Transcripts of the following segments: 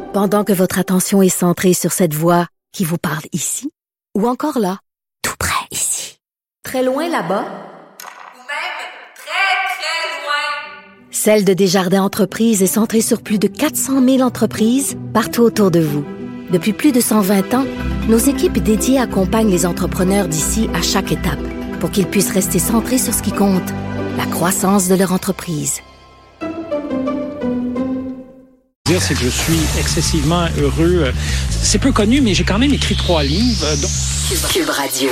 Pendant que votre attention est centrée sur cette voix qui vous parle ici, ou encore là, tout près ici, très loin là-bas, ou même très, très loin. Celle de Desjardins Entreprises est centrée sur plus de 400 000 entreprises partout autour de vous. Depuis plus de 120 ans, nos équipes dédiées accompagnent les entrepreneurs d'ici à chaque étape pour qu'ils puissent rester centrés sur ce qui compte, la croissance de leur entreprise. C'est que je suis excessivement heureux. C'est peu connu, mais j'ai quand même écrit 3 livres. Cube Radio.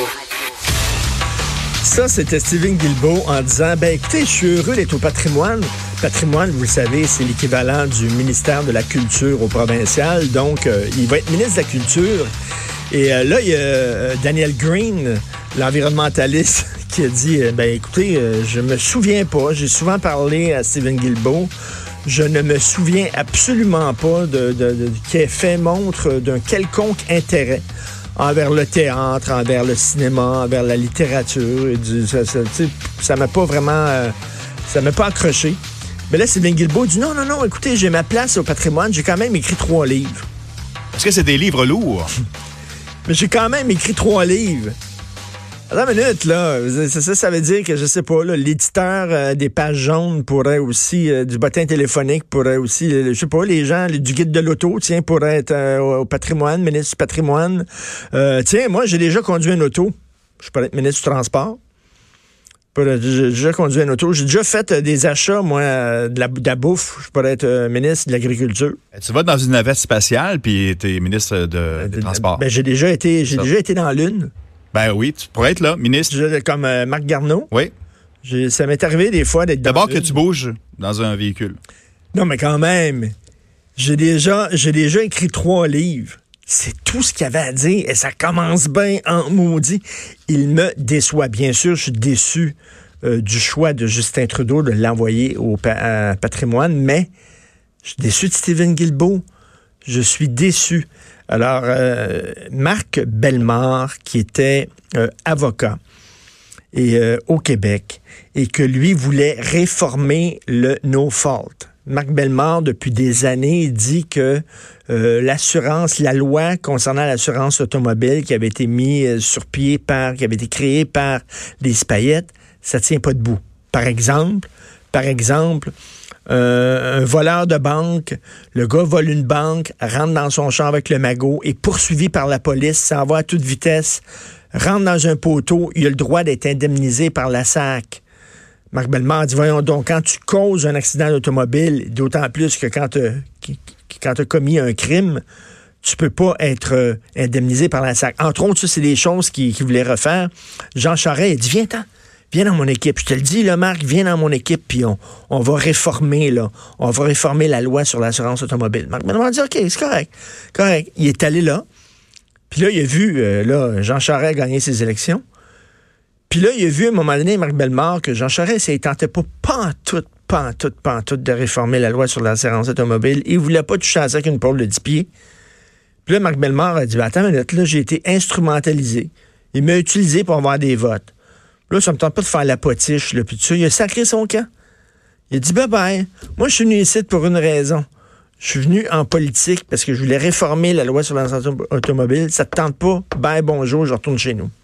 Ça, c'était Stephen Guilbeault en disant, écoutez, je suis heureux d'être au patrimoine. Patrimoine, vous le savez, c'est l'équivalent du ministère de la Culture au provincial. Donc, il va être ministre de la Culture. Et là, il y a Daniel Green, l'environnementaliste, qui a dit, écoutez, je me souviens pas, j'ai souvent parlé à Stephen Guilbeault, je ne me souviens absolument pas qu'il ait fait montre d'un quelconque intérêt envers le théâtre, envers le cinéma, envers la littérature. Ça m'a pas vraiment... ça m'a pas accroché. Mais là, Stephen Guilbeault dit non, écoutez, j'ai ma place au patrimoine, j'ai quand même écrit 3 livres. Est-ce que c'est des livres lourds? Mais j'ai quand même écrit 3 livres. Attends une minute, là. Ça veut dire que, je sais pas, là, l'éditeur des pages jaunes pourrait aussi, du bottin téléphonique pourrait aussi, je sais pas, les gens du guide de l'auto, pourraient être au patrimoine, ministre du patrimoine. Moi, j'ai déjà conduit une auto. Je pourrais être ministre du transport. J'ai déjà conduit une auto. J'ai déjà fait des achats, moi, de la bouffe. Je pourrais être ministre de l'Agriculture. Tu vas dans une navette spatiale, puis t'es ministre des Transports. J'ai déjà été dans la Lune. Ben oui, tu pourrais être là, ministre. Comme Marc Garneau. Oui. Ça m'est arrivé des fois d'être d'abord que tu bouges dans un véhicule. Non, mais quand même, j'ai déjà écrit 3 livres. C'est tout ce qu'il y avait à dire. Et ça commence bien en maudit. Il me déçoit. Bien sûr, je suis déçu du choix de Justin Trudeau de l'envoyer au patrimoine, mais je suis déçu de Stephen Guilbeault. Je suis déçu. Alors, Marc Bellemare, qui était avocat au Québec, et que lui voulait réformer le no fault. Marc Bellemare, depuis des années, dit que la loi concernant l'assurance automobile qui avait été mise sur pied qui avait été créée par les Spayettes, ça tient pas debout. Par exemple, un voleur de banque, le gars vole une banque, rentre dans son char avec le magot, est poursuivi par la police, s'en va à toute vitesse, rentre dans un poteau, il a le droit d'être indemnisé par la SAC. Marc Bellemare dit, voyons donc, quand tu causes un accident d'automobile, d'autant plus que quand tu as commis un crime, tu peux pas être indemnisé par la SAC. Entre autres, ça, c'est des choses qu'il voulait refaire. Jean Charest, il dit, viens dans mon équipe. Je te le dis, là, Marc, viens dans mon équipe, puis on va réformer, là. On va réformer la loi sur l'assurance automobile. Marc Bellemare dit, OK, c'est correct. Il est allé là. Puis là, il a vu, Jean Charest gagner ses élections. Puis là, il a vu à un moment donné, Marc Bellemare, que Jean Charest, il tentait pas en tout de réformer la loi sur l'assurance automobile. Il voulait pas toucher à ça avec une pôle de 10 pieds. Puis là, Marc Bellemare a dit, attends une minute, là, j'ai été instrumentalisé. Il m'a utilisé pour avoir des votes. Là, ça me tente pas de faire la potiche, là, puis tout ça. Il a sacré son camp. Il a dit, bye. Moi, je suis venu ici pour une raison. Je suis venu en politique parce que je voulais réformer la loi sur l'assurance automobile. Ça te tente pas? Bye, bonjour, je retourne chez nous.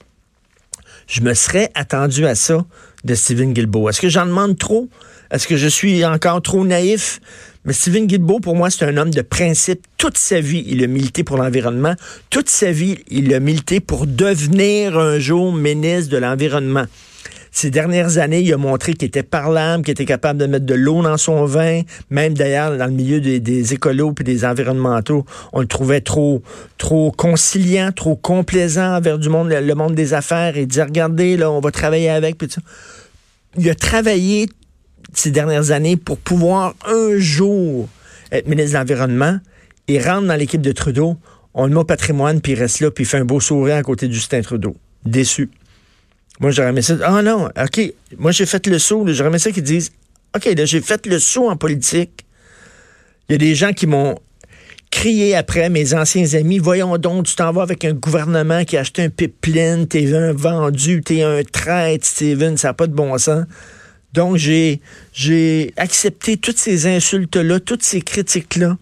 Je me serais attendu à ça de Stephen Guilbeault. Est-ce que j'en demande trop? Est-ce que je suis encore trop naïf? Mais Stephen Guilbeault, pour moi, c'est un homme de principe. Toute sa vie, il a milité pour l'environnement. Toute sa vie, il a milité pour devenir un jour ministre de l'Environnement. Ces dernières années, il a montré qu'il était parlable, qu'il était capable de mettre de l'eau dans son vin. Même d'ailleurs, dans le milieu des écolos et des environnementaux, on le trouvait trop conciliant, trop complaisant envers le monde des affaires. Et dire, regardez, là, on va travailler avec. Puis tout ça. Il a travaillé ces dernières années pour pouvoir un jour être ministre de l'Environnement et rentre dans l'équipe de Trudeau. On le met au patrimoine, puis il reste là, puis il fait un beau sourire à côté de Justin Trudeau. Déçu. Moi, j'aurais aimé ça. Ah non, OK. Moi, j'ai fait le saut. J'aurais aimé ça qu'ils disent, OK, là, j'ai fait le saut en politique. Il y a des gens qui m'ont crié après, mes anciens amis, voyons donc, tu t'en vas avec un gouvernement qui a acheté un pipeline, t'es un vendu, t'es un traître, Steven, ça n'a pas de bon sens. Donc, j'ai accepté toutes ces insultes-là, toutes ces critiques-là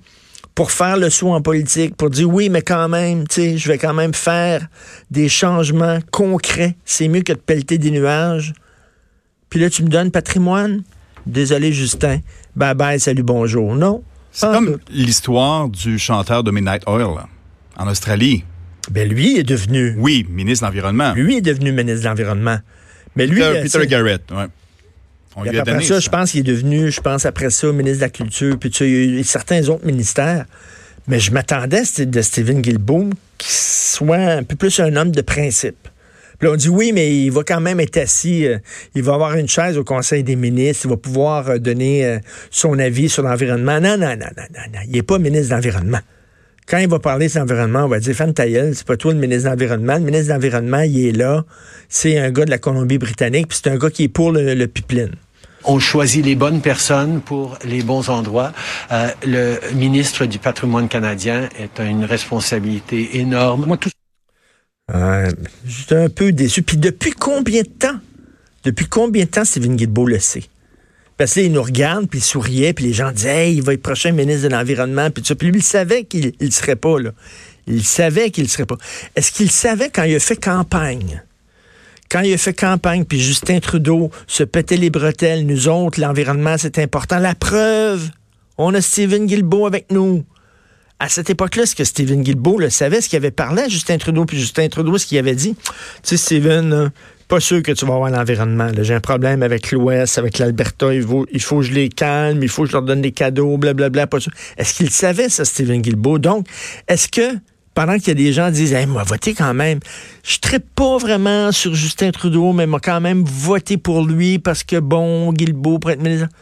pour faire le saut en politique, pour dire oui, mais quand même, tu sais, je vais quand même faire des changements concrets. C'est mieux que de pelleter des nuages. Puis là, tu me donnes patrimoine? Désolé, Justin. Bye bye, salut, bonjour. Non. C'est comme l'histoire du chanteur de Midnight Oil, là, en Australie. Ben lui est devenu... Oui, ministre de l'Environnement. Lui est devenu ministre de l'Environnement. Mais lui... Peter Garrett, oui. On lui a donné ça, je pense qu'il est devenu, après ça, ministre de la Culture, puis tu sais, il y a eu certains autres ministères. Mais je m'attendais de Stephen Guilbeault qu'il soit un peu plus un homme de principe. Puis là, on dit oui, mais il va quand même être assis, il va avoir une chaise au Conseil des ministres, il va pouvoir donner son avis sur l'environnement. Non, il n'est pas ministre de l'Environnement. Quand il va parler de l'environnement, on va dire, Fan ta gueule, c'est pas toi le ministre de l'Environnement. Le ministre de l'Environnement, il est là. C'est un gars de la Colombie-Britannique, puis c'est un gars qui est pour le pipeline. On choisit les bonnes personnes pour les bons endroits. Le ministre du Patrimoine canadien est une responsabilité énorme. Moi, j'étais un peu déçu. Puis depuis combien de temps Stephen Guilbeault le sait? Parce que là, il nous regarde, puis il souriait, puis les gens disaient, hey, il va être prochain ministre de l'Environnement, puis tout ça. Puis lui, il savait qu'il ne serait pas, là. Il savait qu'il ne serait pas. Est-ce qu'il savait quand il a fait campagne? Quand il a fait campagne, puis Justin Trudeau se pétait les bretelles, nous autres, l'environnement, c'est important. La preuve, on a Stephen Guilbeault avec nous. À cette époque-là, est-ce que Stephen Guilbeault le savait, ce qu'il avait parlé à Justin Trudeau, puis Justin Trudeau, ce qu'il avait dit? Tu sais, Stephen... pas sûr que tu vas avoir l'environnement. Là. J'ai un problème avec l'Ouest, avec l'Alberta. Il faut que je les calme, il faut que je leur donne des cadeaux, blablabla. Pas sûr. Est-ce qu'il savait, ça, Stephen Guilbeault? Donc, est-ce que, pendant qu'il y a des gens qui disent, hey, moi, voter quand même, je ne traite pas vraiment sur Justin Trudeau, mais moi, quand même, voter pour lui parce que, bon, Guilbeault pourrait être ministre.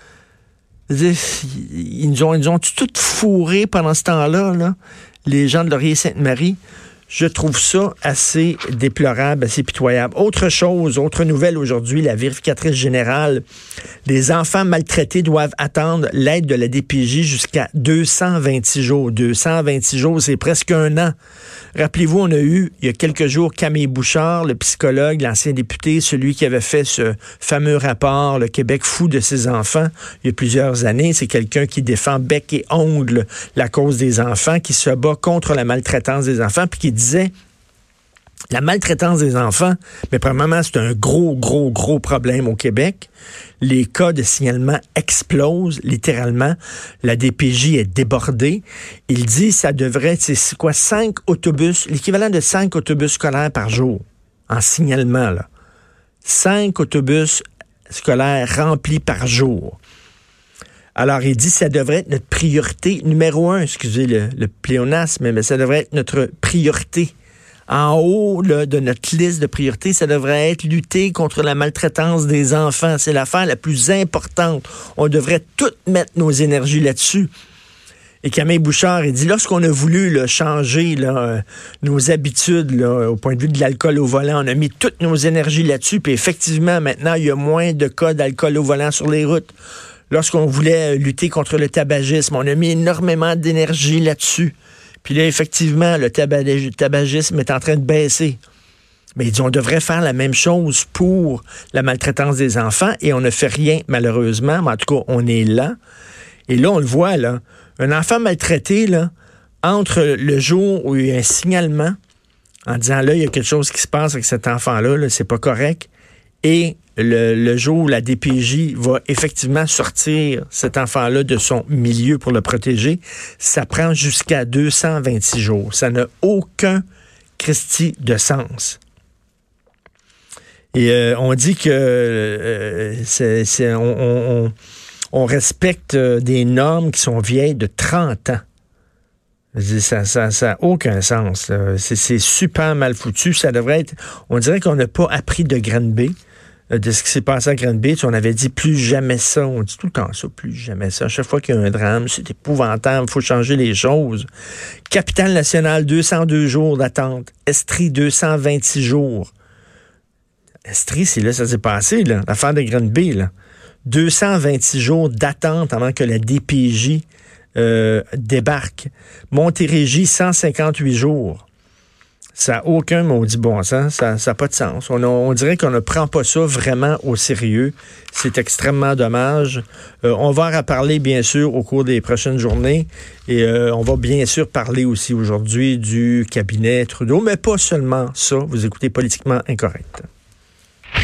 Ils nous ont tout fourré pendant ce temps-là, là, les gens de Laurier-Sainte-Marie. Je trouve ça assez déplorable, assez pitoyable. Autre nouvelle aujourd'hui, la vérificatrice générale. Les enfants maltraités doivent attendre l'aide de la DPJ jusqu'à 226 jours. 226 jours, c'est presque un an. Rappelez-vous, on a eu, il y a quelques jours, Camille Bouchard, le psychologue, l'ancien député, celui qui avait fait ce fameux rapport, le Québec fou de ses enfants, il y a plusieurs années. C'est quelqu'un qui défend bec et ongle la cause des enfants, qui se bat contre la maltraitance des enfants, puis qui disait la maltraitance des enfants, mais premièrement, c'est un gros problème au Québec. Les cas de signalement explosent, littéralement. La DPJ est débordée. Il dit ça devrait être, c'est quoi, 5 autobus, l'équivalent de 5 autobus scolaires par jour en signalement, là. 5 autobus scolaires remplis par jour. Alors, il dit ça devrait être notre priorité numéro 1, excusez le pléonasme, mais ça devrait être notre priorité. En haut là, de notre liste de priorités, ça devrait être lutter contre la maltraitance des enfants. C'est l'affaire la plus importante. On devrait toutes mettre nos énergies là-dessus. Et Camille Bouchard, il dit, lorsqu'on a voulu là, changer là, nos habitudes là, au point de vue de l'alcool au volant, on a mis toutes nos énergies là-dessus, puis effectivement, maintenant, il y a moins de cas d'alcool au volant sur les routes. Lorsqu'on voulait lutter contre le tabagisme, on a mis énormément d'énergie là-dessus. Puis là, effectivement, le tabagisme est en train de baisser. Mais il dit, on devrait faire la même chose pour la maltraitance des enfants et on ne fait rien, malheureusement. Mais en tout cas, on est là. Et là, on le voit, là. Un enfant maltraité, là, entre le jour où il y a un signalement, en disant, là, il y a quelque chose qui se passe avec cet enfant-là, là, c'est pas correct, et le jour où la DPJ va effectivement sortir cet enfant-là de son milieu pour le protéger, ça prend jusqu'à 226 jours. Ça n'a aucun Christi de sens. Et on dit que on respecte des normes qui sont vieilles de 30 ans. Ça n'a aucun sens. C'est super mal foutu. Ça devrait être... On dirait qu'on n'a pas appris de Granby, de ce qui s'est passé à Granby. On avait dit plus jamais ça. On dit tout le temps ça, plus jamais ça. À chaque fois qu'il y a un drame, c'est épouvantable. Il faut changer les choses. Capitale nationale, 202 jours d'attente. Estrie, 226 jours. Estrie, c'est là, ça s'est passé, là. L'affaire de Granby, là. 226 jours d'attente avant que la DPJ débarque. Montérégie, 158 jours. Ça n'a aucun maudit bon sens. Ça n'a pas de sens. On dirait qu'on ne prend pas ça vraiment au sérieux. C'est extrêmement dommage. On va en reparler, bien sûr, au cours des prochaines journées. Et on va bien sûr parler aussi aujourd'hui du cabinet Trudeau, mais pas seulement ça. Vous écoutez Politiquement Incorrect.